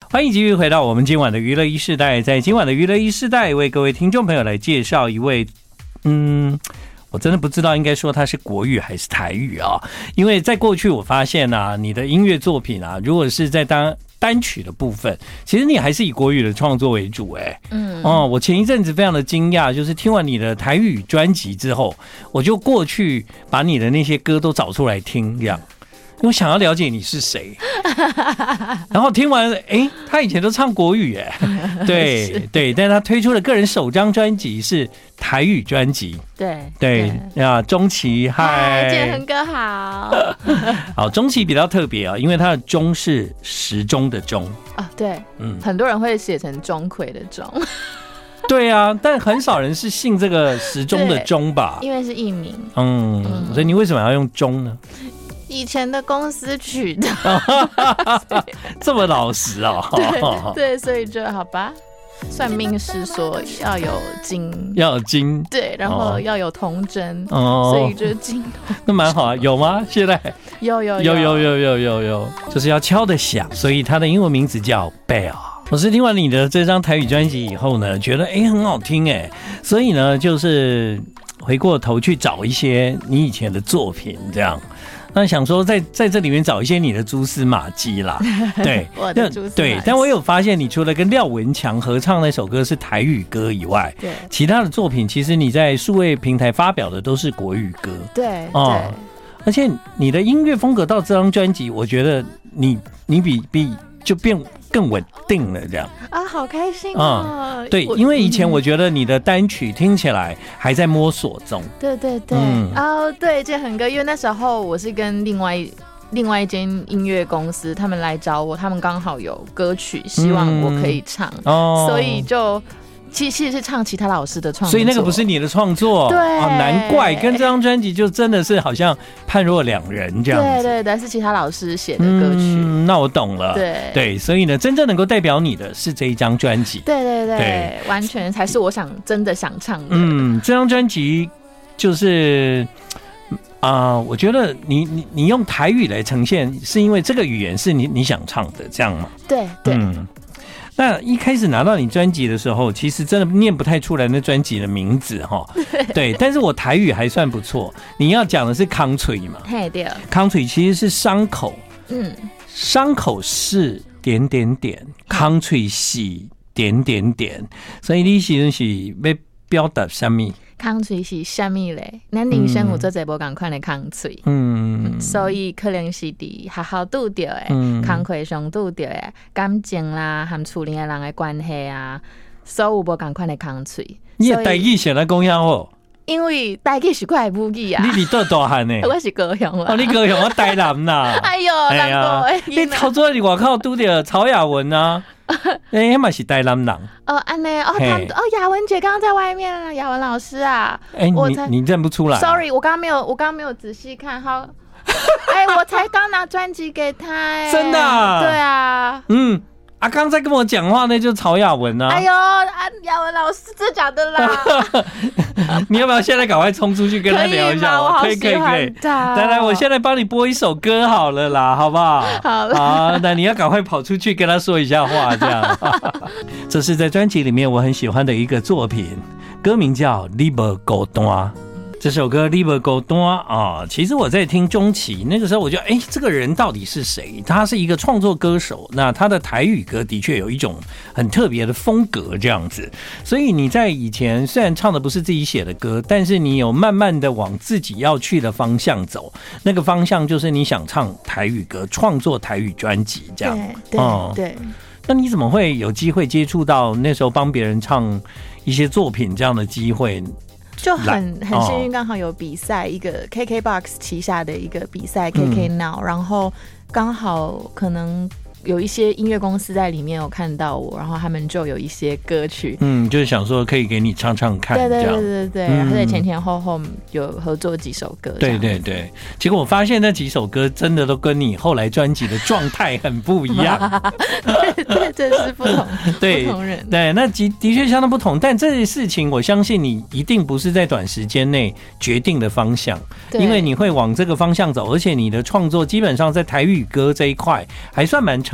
欢迎继续回到我们今晚的娱乐一世代，在今晚的娱乐一世代，为各位听众朋友来介绍一位，我真的不知道应该说他是国语还是台语啊，因为在过去我发现啊，你的音乐作品啊，如果是在单曲的部分，其实你还是以国语的创作为主我前一阵子非常的惊讶，就是听完你的台语专辑之后，我就过去把你的那些歌都找出来听，这样。因为我想要了解你是谁，然后听完，他以前都唱国语，对，但他推出的个人首张专辑是台语专辑，对啊，钟琪，嗨， 建恒哥好， 好，钟琪比较特别啊，因为他的钟是时钟的钟啊，对，很多人会写成钟馗的钟。 对啊，但很少人是姓这个时钟的钟吧？ 因为是艺名。 所以你为什么要用钟呢？ 以前的公司取的， 这么老实啊！ 对，所以就好吧。算命师说要有金，对，然后要有童真，所以就是金。 那蛮好啊，有吗？现在有， 就是要敲得响，所以它的英文名字叫 Bell。我是听完你的这张台语专辑以后呢，觉得很好听所以呢，就是回过头去找一些你以前的作品，这样。那想说在这里面找一些你的蛛丝马迹啦，对， 我的蛛丝马迹， 对，但我有发现，你除了跟廖文强合唱那首歌是台语歌以外， 对，其他的作品其实你在数位平台发表的都是国语歌， 对， 而且你的音乐风格到这张专辑，我觉得你比就变更稳定了，这样啊，好开心啊！ 对，因为以前我觉得你的单曲听起来还在摸索中。 对，对，建恒哥，因为那时候我是跟另外一间音乐公司，他们来找我，他们刚好有歌曲，希望我可以唱，所以就。其实是唱其他老师的创作， 所以那个不是你的创作， 对， 难怪跟这张专辑就真的是好像判若两人这样子。 对，是其他老师写的歌曲。 那我懂了。对，所以呢，真正能够代表你的是这一张专辑。 对，完全才是我真的想唱的。 这张专辑就是我觉得你用台语来呈现，是因为这个语言是你想唱的，这样吗？ 对。 那一开始拿到你专辑的时候，其实真的念不太出来那专辑的名字对，但是我台语还算不错。你要讲的是康脆嘛？ 对， 康脆其实是伤口，伤口是康脆是所以你是要表达什么？ 康脆是什么嘞？咱人生有做侪无同款的康脆，所以可能是伫学校拄到的，工课上拄到的感情啦，和厝里的人的关系啊，所有无同款的康脆。 你的台语写来讲遐好， 因为台语是块母语啊。 你是多大汉呢？ 我是高雄啦。 你高雄我台南啦。 哎呦，难过你头做你外口拄到曹雅文啊。那嘛是台南人安内雅文姐刚刚在外面啊，雅文老师啊， 你认不出来 ？Sorry， 我刚刚没有仔细看，好，我才刚拿专辑给他， 真的对啊， 刚才跟我讲话那就是曹雅文啊！ 哎呦，雅文老师，真的假的啦？ 你要不要现在赶快冲出去跟他聊一下？ 可以， 来，我现在帮你播一首歌好了啦，好不好？好，那你要赶快跑出去跟他说一下话，这样。这是在专辑里面我很喜欢的一个作品，歌名叫《你无孤单》。这首歌《你无孤单》其实我在听钟琪那个时候，我就这个人到底是谁？他是一个创作歌手，那他的台语歌的确有一种很特别的风格，这样子。所以你在以前虽然唱的不是自己写的歌，但是你有慢慢的往自己要去的方向走，那个方向就是你想唱台语歌，创作台语专辑这样。 对。 那你怎么会有机会接触到那时候帮别人唱一些作品这样的机会？ 就很幸运，刚好有比赛，一个 KKBOX 旗下的一个比赛 KK Now，然后刚好可能有一些音乐公司在里面有看到我，然后他们就有一些歌曲， 就是想说可以给你唱唱看， 对，然后在前后后有合作几首歌， 对，结果我发现那几首歌真的都跟你后来专辑的状态很不一样， 对，这是不同人， 对，那的确相当不同，但这件事情我相信你一定不是在短时间内决定的方向，因为你会往这个方向走，而且你的创作基本上在台语歌这一块还算蛮成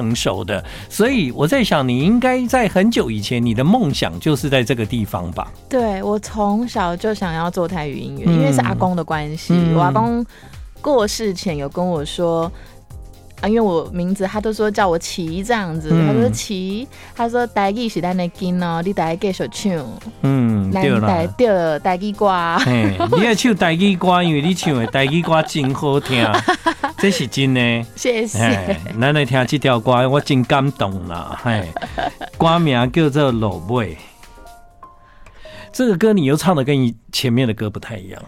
成熟的，所以我在想，你应该在很久以前，你的梦想就是在这个地方吧？ 对，我从小就想要做台语音乐，因为是阿公的关系，我阿公过世前有跟我说。因为我名字他都说叫我琪这样子，他说琪，他说台语是咱的根哦，你台语继续唱， 对啦， 对台语歌， 你要唱台语歌，因为你唱的台语歌真好听，这是真的。 谢谢。 咱来听这条歌，我真感动啦，歌名叫做《落尾》。这个歌你又唱的跟前面的歌不太一样。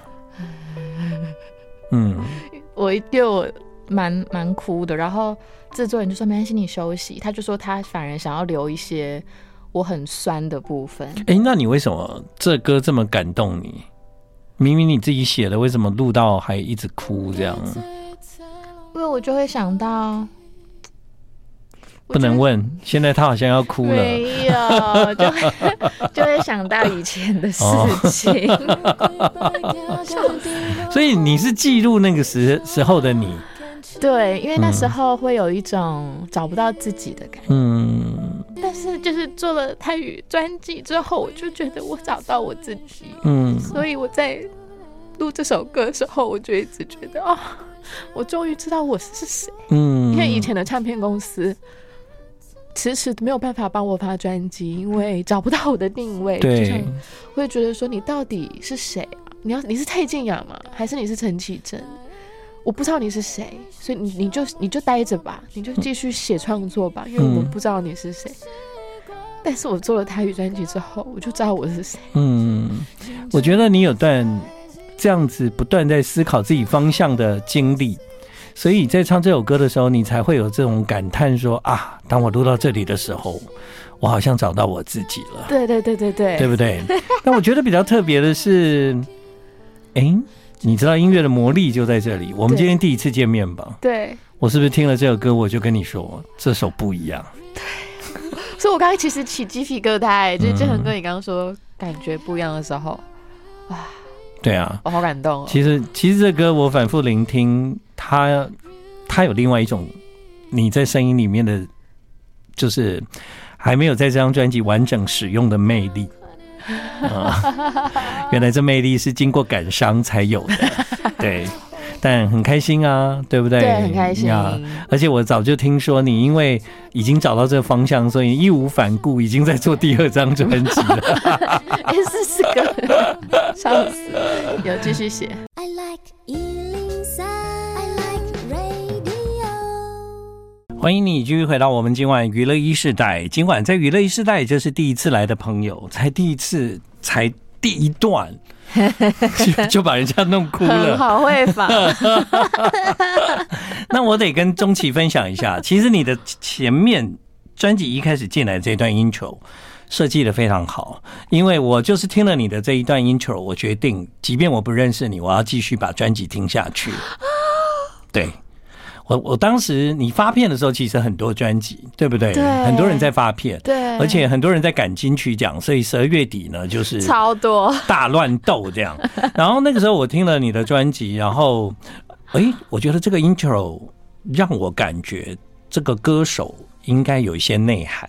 我蛮哭的，然后制作人就说没关系，你休息。他就说他反而想要留一些我很酸的部分。 那你为什么这歌这么感动你？明明你自己写的，为什么录到还一直哭这样？ 因为我就会想到， 不能问，现在他好像要哭了。 没有，就会想到以前的事情。 所以你是记录那个时候的你。 对，因为那时候会有一种找不到自己的感觉。但是就是做了台语专辑之后，我就觉得我找到我自己。所以我在录这首歌的时候，我就一直觉得我终于知道我是谁。因为以前的唱片公司迟迟没有办法帮我发专辑，因为找不到我的定位。 对， 会觉得说你到底是谁啊？你是蔡健雅吗？还是你是陈绮贞？我不知道你是谁，所以你就待着吧，你就继续写创作吧，因为我们不知道你是谁。但是我做了台语专辑之后，我就知道我是谁。 我觉得你有段这样子不断在思考自己方向的经历，所以在唱这首歌的时候，你才会有这种感叹说当我录到这里的时候，我好像找到我自己了。 对，对不对？但我觉得比较特别的是，你知道音乐的魔力就在这里。我们今天第一次见面吧？ 对。 我是不是听了这首歌，我就跟你说这首不一样？ 对。所以我刚才其实起鸡皮疙瘩，就是建恒哥你刚刚说感觉不一样的时候， 对啊， 我好感动其实这歌我反复聆听，它有另外一种你在声音里面的，就是还没有在这张专辑完整使用的魅力。原来这魅力是经过感伤才有的，对，但很开心啊，对不对？ 对，很开心。 而且我早就听说你因为已经找到这个方向，所以义无反顾已经在做第2张专辑了。 是个，笑死了，有继续写。I like 欢迎你继续回到我们今晚娱乐一世代。今晚在娱乐一世代，就是第一次来的朋友，才第一段就把人家弄哭了， 很好会仿。 那我得跟钟琪分享一下，其实你的前面专辑一开始进来这段 intro 设计的非常好，因为我就是听了你的这一段 intro， 我决定即便我不认识你，我要继续把专辑听下去。对，我当时你发片的时候，其实很多专辑，对不对？ 对， 很多人在发片， 对， 而且很多人在赶金曲奖，所以12月底呢，就是超多大乱斗这样。然后那个时候我听了你的专辑，然后我觉得这个 intro 让我感觉这个歌手应该有一些内涵。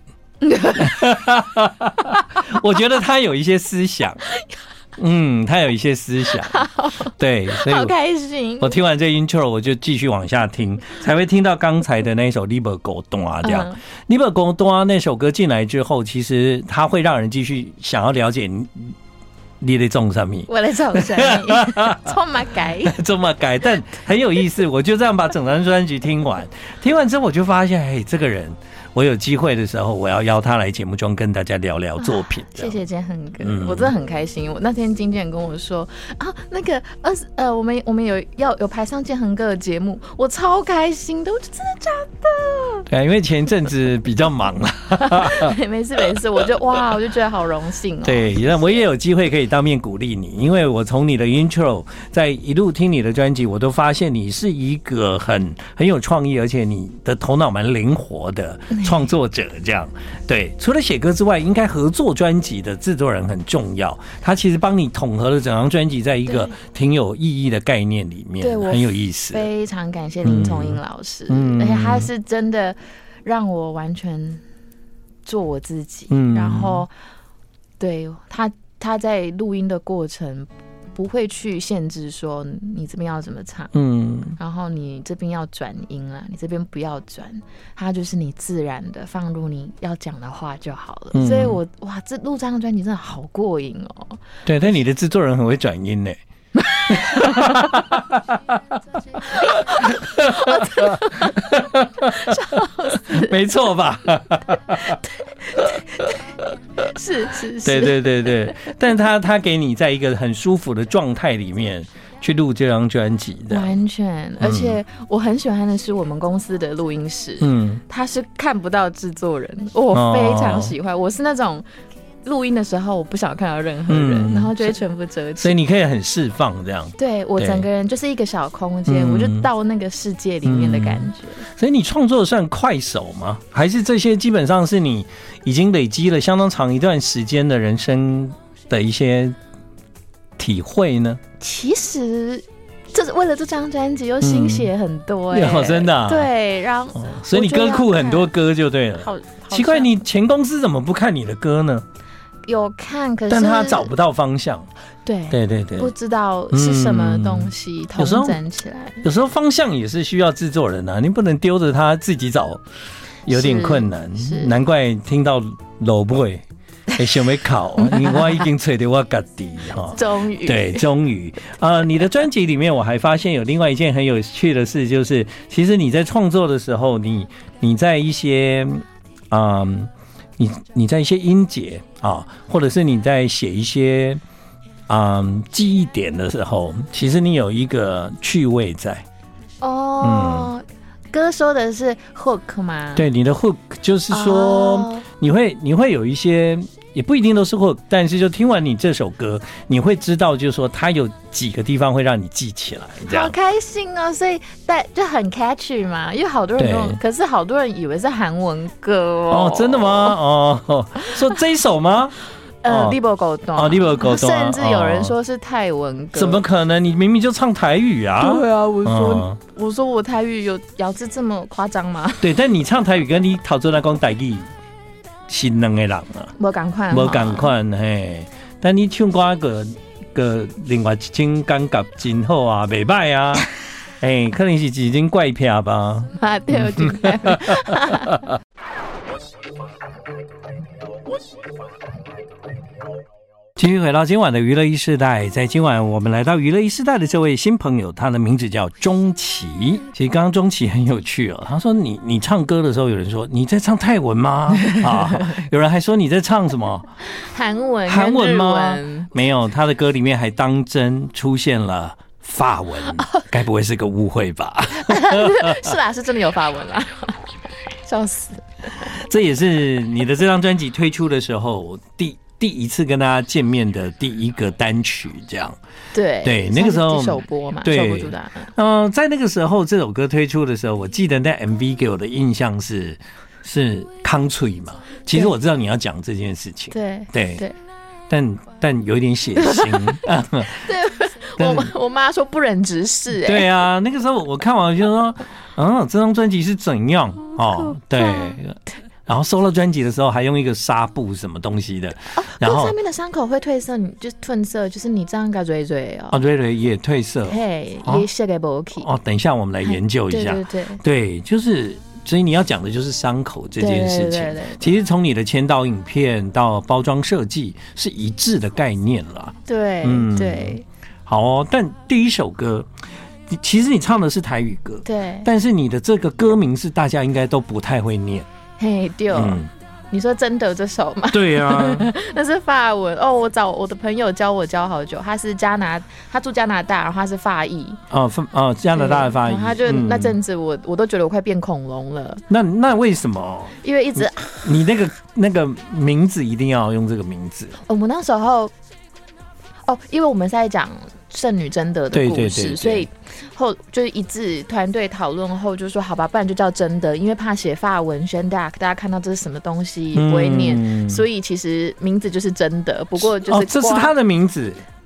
我觉得他有一些思想。他有一些思想，对，所以好开心。 我听完这 intro， 我就继续往下听，才会听到刚才的那一首《你要孤单》这样。你要孤单那首歌进来之后，其实它会让人继续想要了解你在种什么， 我在种什么， 这么改，但很有意思。我就这样把整张专辑听完之后，我就发现，这个人。我有机会的时候，我要邀他来节目中跟大家聊聊作品。 谢谢建恒哥，我真的很开心。我那天经纪人跟我说那个我们有排上建恒哥的节目，我超开心的。我就真的假的？ 对啊，因为前一阵子比较忙了。 没事，我就觉得好荣幸哦。 对，我也有机会可以当面鼓励你，因为我从你的 intro 在一路听你的专辑，我都发现你是一个很有创意，而且你的头脑蛮灵活的。创作者这样，对，除了写歌之外，应该合作专辑的制作人很重要。他其实帮你统合了整张专辑，在一个挺有意义的概念里面，很有意思。 非常感谢林崇英老师，而且他是真的让我完全做我自己，然后对他在录音的过程不会去限制说你这边要怎么唱，然后你这边要转音啦，你这边不要转，它就是你自然的放入你要讲的话就好了。所以这录这张专辑真的好过瘾哦。对， 但你的制作人很会转音呢。没错吧？ 是， 对，但他给你在一个很舒服的状态里面去录这张专辑的， 完全。而且我很喜欢的是我们公司的录音室，他是看不到制作人，我非常喜欢。我是那种录音的时候我不想看到任何人，然后就会全部遮起， 所以你可以很释放这样。 对，我整个人就是一个小空间，我就到那个世界里面的感觉。 所以你创作算快手吗？还是这些基本上是你已经累积了相当长一段时间的人生的一些体会呢？其实就是为了这张专辑又心血很多真的啊？ 对，然后所以你歌库很多歌就对了。好奇怪，你前公司怎么不看你的歌呢？ 有看，可是但他找不到方向。对， 不知道是什么东西统整起来。 有时候方向也是需要制作人啊，你不能丢着他自己找，有点困难。难怪听到老妹想要考，我已经吹得我自己哈。终于你的专辑里面我还发现有另外一件很有趣的事，就是其实你在创作的时候，你在一些你在一些音节或者是你在写一些记忆点的时候，其实你有一个趣味在。 歌说的是 hook 吗？ 对，你的 hook 就是说你会有一些，也不一定都是 hook， 但是就听完你这首歌，你会知道就是说它有几个地方会让你记起来，这样好开心哦。所以就很 catchy 嘛，因为好多人可是好多人以为是韩文歌哦。 真的吗？说这一首吗？ 你没搞懂， 你没搞懂， 甚至有人说是泰文歌。 怎么可能？你明明就唱台语啊！ 对啊，我说我台语有咬字这么夸张吗？ 对，但你唱台语跟你讨做那讲台语是两个人啊， 没同款嘿。但你唱歌个另外一种感觉真好啊，袂歹啊，可能是一种怪片吧。 对， 继续回到今晚的娱乐一世代，在今晚我们来到娱乐一世代的这位新朋友，他的名字叫钟琪。其实刚刚钟琪很有趣哦，他说你唱歌的时候，有人说你在唱泰文吗？有人还说你在唱什么韩文吗？没有，他的歌里面还当真出现了法文，该不会是个误会吧？ 是啦，是真的有法文啦，笑死！ 这也是你的这张专辑推出的时候第一次跟大家见面的第一个单曲，这样。对，那个时候首播嘛， 对， 首播主打。 在那个时候这首歌推出的时候，我记得那 MV 给我的印象是康脆嘛。其实我知道你要讲这件事情，对，但有一点血腥。 对，我妈说不忍直视。 对啊，那个时候我看完就说，这张专辑是怎样对。然后收了专辑的时候，还用一个纱布什么东西的，然后上面的伤口会褪色，你就褪色，就是你这样个蕊蕊也褪色， 也写给不起等一下我们来研究一下，对，就是所以你要讲的就是伤口这件事情。对，其实从你的签到影片到包装设计是一致的概念啦。 对，对， 好但第一首歌。其实你唱的是台语歌， 对， 但是你的这个歌名是大家应该都不太会念。 对，你说真的这首吗？ 对啊， 那是法文我找我的朋友教好久，他住加拿大，然后他是法裔加拿大的法裔， 他就那阵子我都觉得我快变恐龙了。 那为什么？ 因为一直你那个名字一定要用这个名字。 我们那时候因为我们在讲圣女贞德的故事，对，所以就是一致团队讨论后就说好吧，不然就叫贞德，因为怕写法文宣大家看到这是什么东西不会念，所以其实名字就是贞德。不过就是这是他的名字。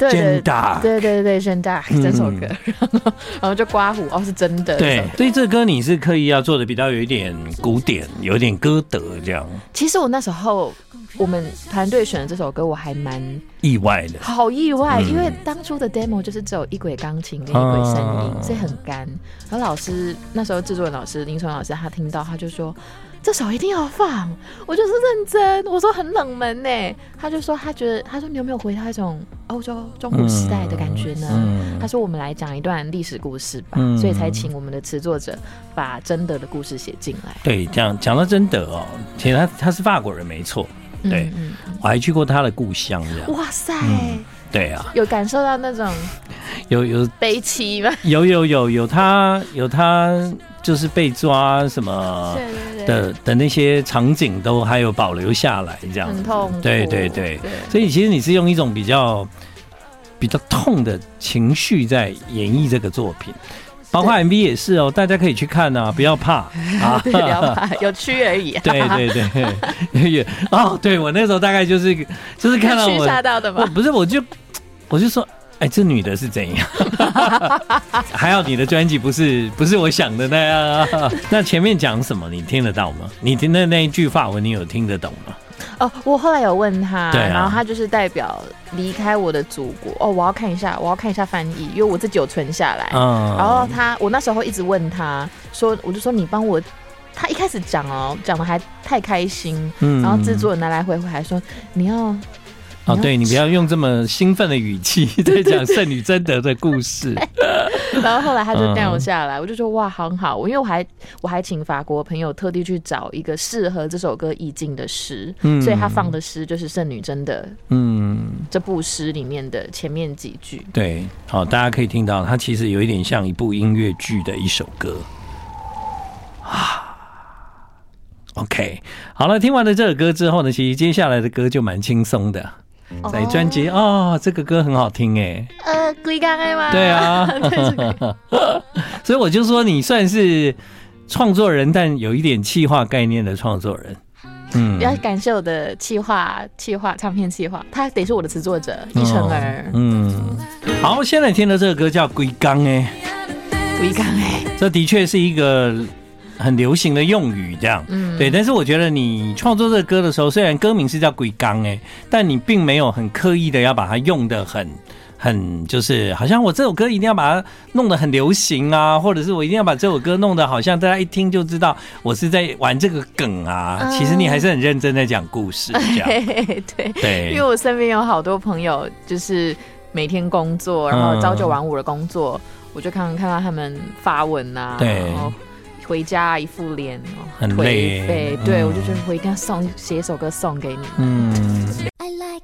Jenda， 对 Jenda 这首歌，然后就刮胡是真的。 对，所以这歌你是刻意要做的比较有一点古典，有一点歌德这样。 其实我那时候我们团队选的这首歌，我还蛮意外的， 好意外，因为当初的 demo 就是只有一轨钢琴跟一轨声音，所以很干。然后老师那时候制作人老师林崇老师他听到他就说，这首一定要放，我就是认真。我说很冷门呢，他就说他说你有没有回到一种欧洲中古时代的感觉呢？他说我们来讲一段历史故事吧，所以才请我们的词作者把贞德的故事写进来。 对，讲到贞德哦，其实他是法国人没错，对，我还去过他的故乡，这样。 哇塞！ 对啊， 有感受到那种有悲戚吗？ 有他就是被抓什么的那些场景都还有保留下来，这样很痛苦。 对，所以其实你是用一种比较痛的情绪在演绎这个作品。包括 MV 也是哦，大家可以去看啊，不要怕啊， 不要怕，有趣而已。 对，哦，对我那时候大概就是看到我吓到的吗？ 不是，我就说，哎，这女的是怎样？还好你的专辑不是我想的那样啊。那前面讲什么你听得到吗？你听的那一句法文你有听得懂吗？ 哦，我后来有问他，然后他就是代表离开我的祖国。哦，我要看一下翻译，因为我自己有存下来。然后我那时候一直问他说，我就说你帮我。他一开始讲的还太开心，然后制作人来回还说你要。 哦，对，你不要用这么兴奋的语气在讲圣女贞德的故事。 然后后来他就带我下来，我就说哇，很好。因为我还请法国朋友特地去找一个适合这首歌意境的诗，所以他放的诗就是圣女贞德这部诗里面的前面几句。 对，好，大家可以听到，它其实有一点像一部音乐剧的一首歌啊。OK， 好了，听完了这首歌之后呢，其实接下来的歌就蛮轻松的。在专辑这个歌很好听哎。 龟缸哎吗？ 对啊，所以我就说你算是创作人，但有一点企划概念的创作人。 比较感谢我的企划唱片企划，他得是我的词作者易成儿。 好，现在听的这个歌叫《龟缸》哎， 龟缸哎， 这的确是一个很流行的用语，这样，对。但是我觉得你创作这个歌的时候，虽然歌名是叫《龟缸》哎，但你并没有很刻意的要把它用的很就是好像我这首歌一定要把它弄得很流行啊，或者是我一定要把这首歌弄得好像大家一听就知道我是在玩这个梗啊。其实你还是很认真在讲故事，这样。 对，因为我身边有好多朋友，就是每天工作，然后朝九晚五的工作，我就看到他们发文啊， 对， 然后回家一副脸很累， 对，我就觉得我一定要写一首歌送给你。I like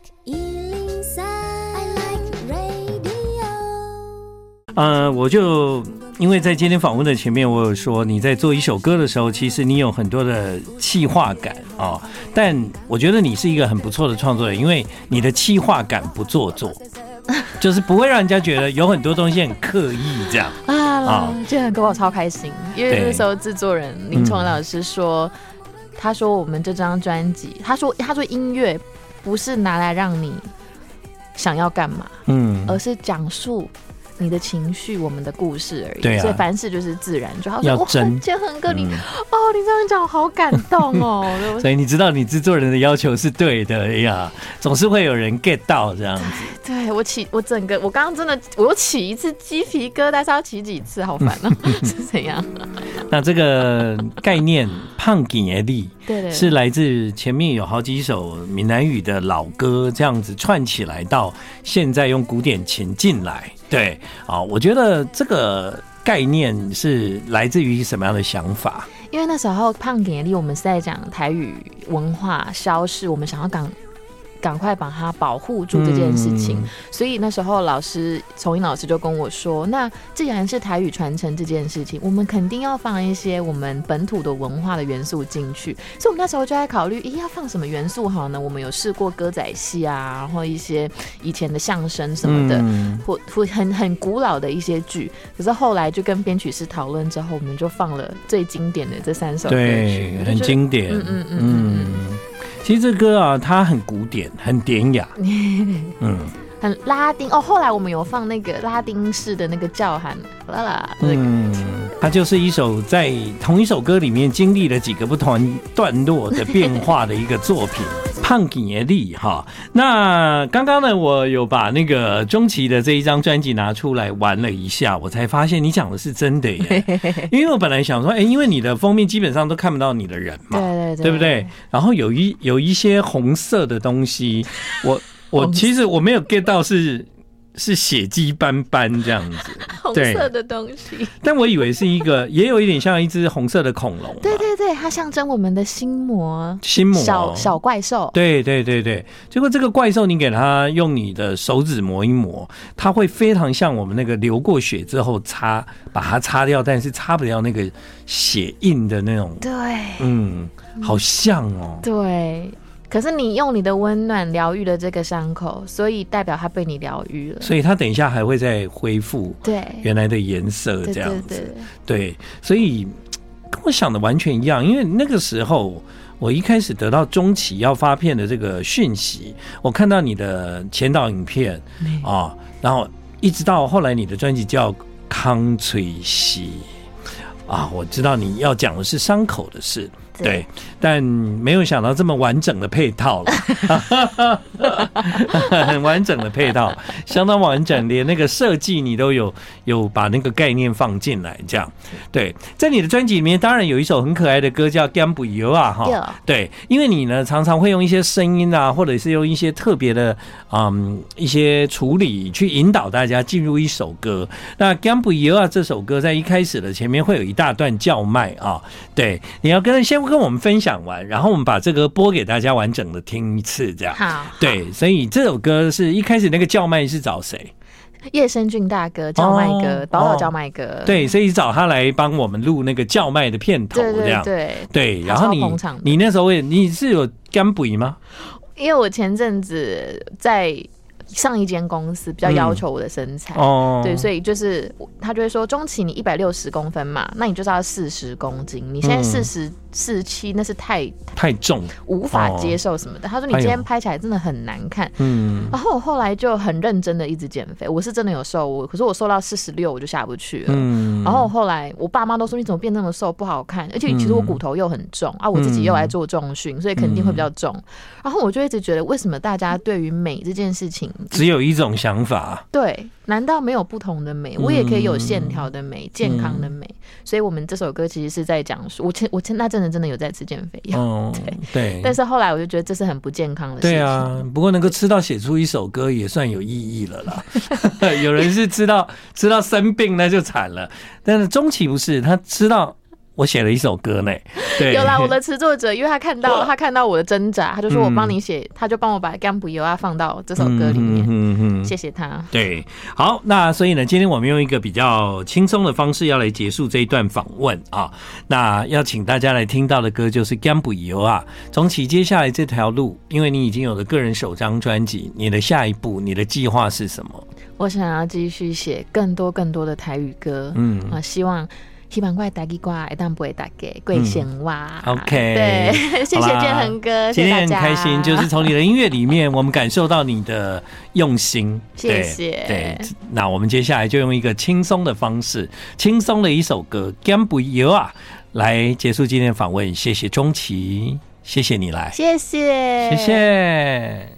我就因为在今天访问的前面，我有说你在做一首歌的时候，其实你有很多的企划感哦。但我觉得你是一个很不错的创作人，因为你的企划感不做作，就是不会让人家觉得有很多东西很刻意这样啊。这很给我超开心，因为那时候制作人林崇老师说，他说我们这张专辑，他说音乐不是拿来让你想要干嘛，而是讲述你的情绪，我们的故事而已。对啊，所以凡事就是自然就好。 要真。 建恒哥，你这样讲好感动哦。 所以你知道你制作人的要求是对的，哎呀，总是会有人 get 到这样子。 对，我刚刚真的我起一次鸡皮疙瘩，是要起几次，好烦哦。是怎样？ 那这个概念胖吉耶利， 对， 是来自前面有好几首闽南语的老歌，这样子串起来到现在用古典琴进来。对，我觉得这个概念是来自于什么样的想法？ 因为那时候胖吉耶利我们是在讲台语文化消逝，我们想要赶快把它保护住这件事情，所以那时候崇英老师就跟我说，那既然是台语传承这件事情，我们肯定要放一些我们本土的文化的元素进去，所以我们那时候就在考虑要放什么元素好呢？我们有试过歌仔戏啊，然后一些以前的相声什么的，或很古老的一些剧，可是后来就跟编曲师讨论之后，我们就放了最经典的这3首歌曲， 对，很经典。其实这歌它很古典，很典雅。 很拉丁哦。后来我们有放那个拉丁式的那个叫喊，啦啦， 它就是一首在同一首歌里面经历了几个不同段落的变化的一个作品。胖吉利哈，那刚刚呢，我有把那个钟琪的这一张专辑拿出来玩了一下，我才发现你讲的是真的耶。因为我本来想说，因为你的封面基本上都看不到你的人嘛，对不对？然后有一些红色的东西，我其实我没有 get 到是血迹斑斑这样子， 红色的东西， 但我以为是一个，也有一点像一只红色的恐龙。 对对对，它象征我们的心魔，小怪兽。 对对对对，结果这个怪兽，你给它用你的手指磨一磨，它会非常像我们那个流过血之后把它擦掉，但是擦不掉那个血印的那种。 对， 好像哦。 对。可是你用你的温暖疗愈了这个伤口，所以代表它被你疗愈了， 所以它等一下还会再恢复原来的颜色，这样子。对，所以跟我想的完全一样。因为那个时候我一开始得到钟琪要发片的这个讯息，我看到你的前导影片啊，然后一直到后来你的专辑叫《康吹西》啊，我知道你要讲的是伤口的事。对，但没有想到这么完整的配套了，很完整的配套，相当完整，连那个设计你都有把那个概念放进来，这样。对，在你的专辑里面，当然有一首很可爱的歌叫《甘不油》啊，哈，对，因为你呢常常会用一些声音啊，或者是用一些特别的一些处理去引导大家进入一首歌。那《甘不油》啊这首歌在一开始的前面会有一大段叫卖啊，对，你要先跟我们分享完，然后我们把这个播给大家完整的听一次，这样。 好， 对，所以这首歌是一开始那个叫卖是找谁？ 叶生俊大哥叫卖歌，宝岛叫卖歌。 对，所以找他来帮我们录那个叫卖的片头，这样。对，然后你那时候你是有干补吗？ 因为我前阵子在上一间公司比较要求我的身材，对，所以就是他就会说，钟琪你160公分嘛，那你就是要40公斤，你现在47那是太重， 无法接受什么的。他说你今天拍起来真的很难看，然后我后来就很认真的一直减肥，我是真的有瘦，可是我瘦到46我就下不去了，然后后来我爸妈都说你怎么变那么瘦不好看，而且其实我骨头又很重啊，我自己又来做重训，所以肯定会比较重，然后我就一直觉得为什么大家对于美这件事情只有一种想法？对， 难道没有不同的美？我也可以有线条的美，健康的美。所以我们这首歌其实是在讲述我那阵子真的有在吃减肥药，对。但是后来我就觉得这是很不健康的事情。 对啊，不过能够吃到写出一首歌也算有意义了啦。有人是吃到生病那就惨了，但是钟琪不是，他吃到我写了一首歌呢。对， 有啦，我的词作者，因为他看到我的挣扎，他就说我帮你写，他就帮我把《甘不油》放到这首歌里面。谢谢他。 对，好，那所以呢，今天我们用一个比较轻松的方式要来结束这一段访问啊。那要请大家来听到的歌就是《甘不油》啊。钟琪接下来这条路，因为你已经有了个人首张专辑，你的下一步，你的计划是什么？ 我想要继续写更多的台语歌，希望我的台语歌会当陪大家过生活。 OK， 对，谢谢建恒哥， 今天很开心，就是从你的音乐里面，我们感受到你的用心。 谢谢。 对，那我们接下来就用一个轻松的方式，轻松的一首歌《甘不油》啊，来结束今天的访问。谢谢钟琪，谢谢你来， 谢谢。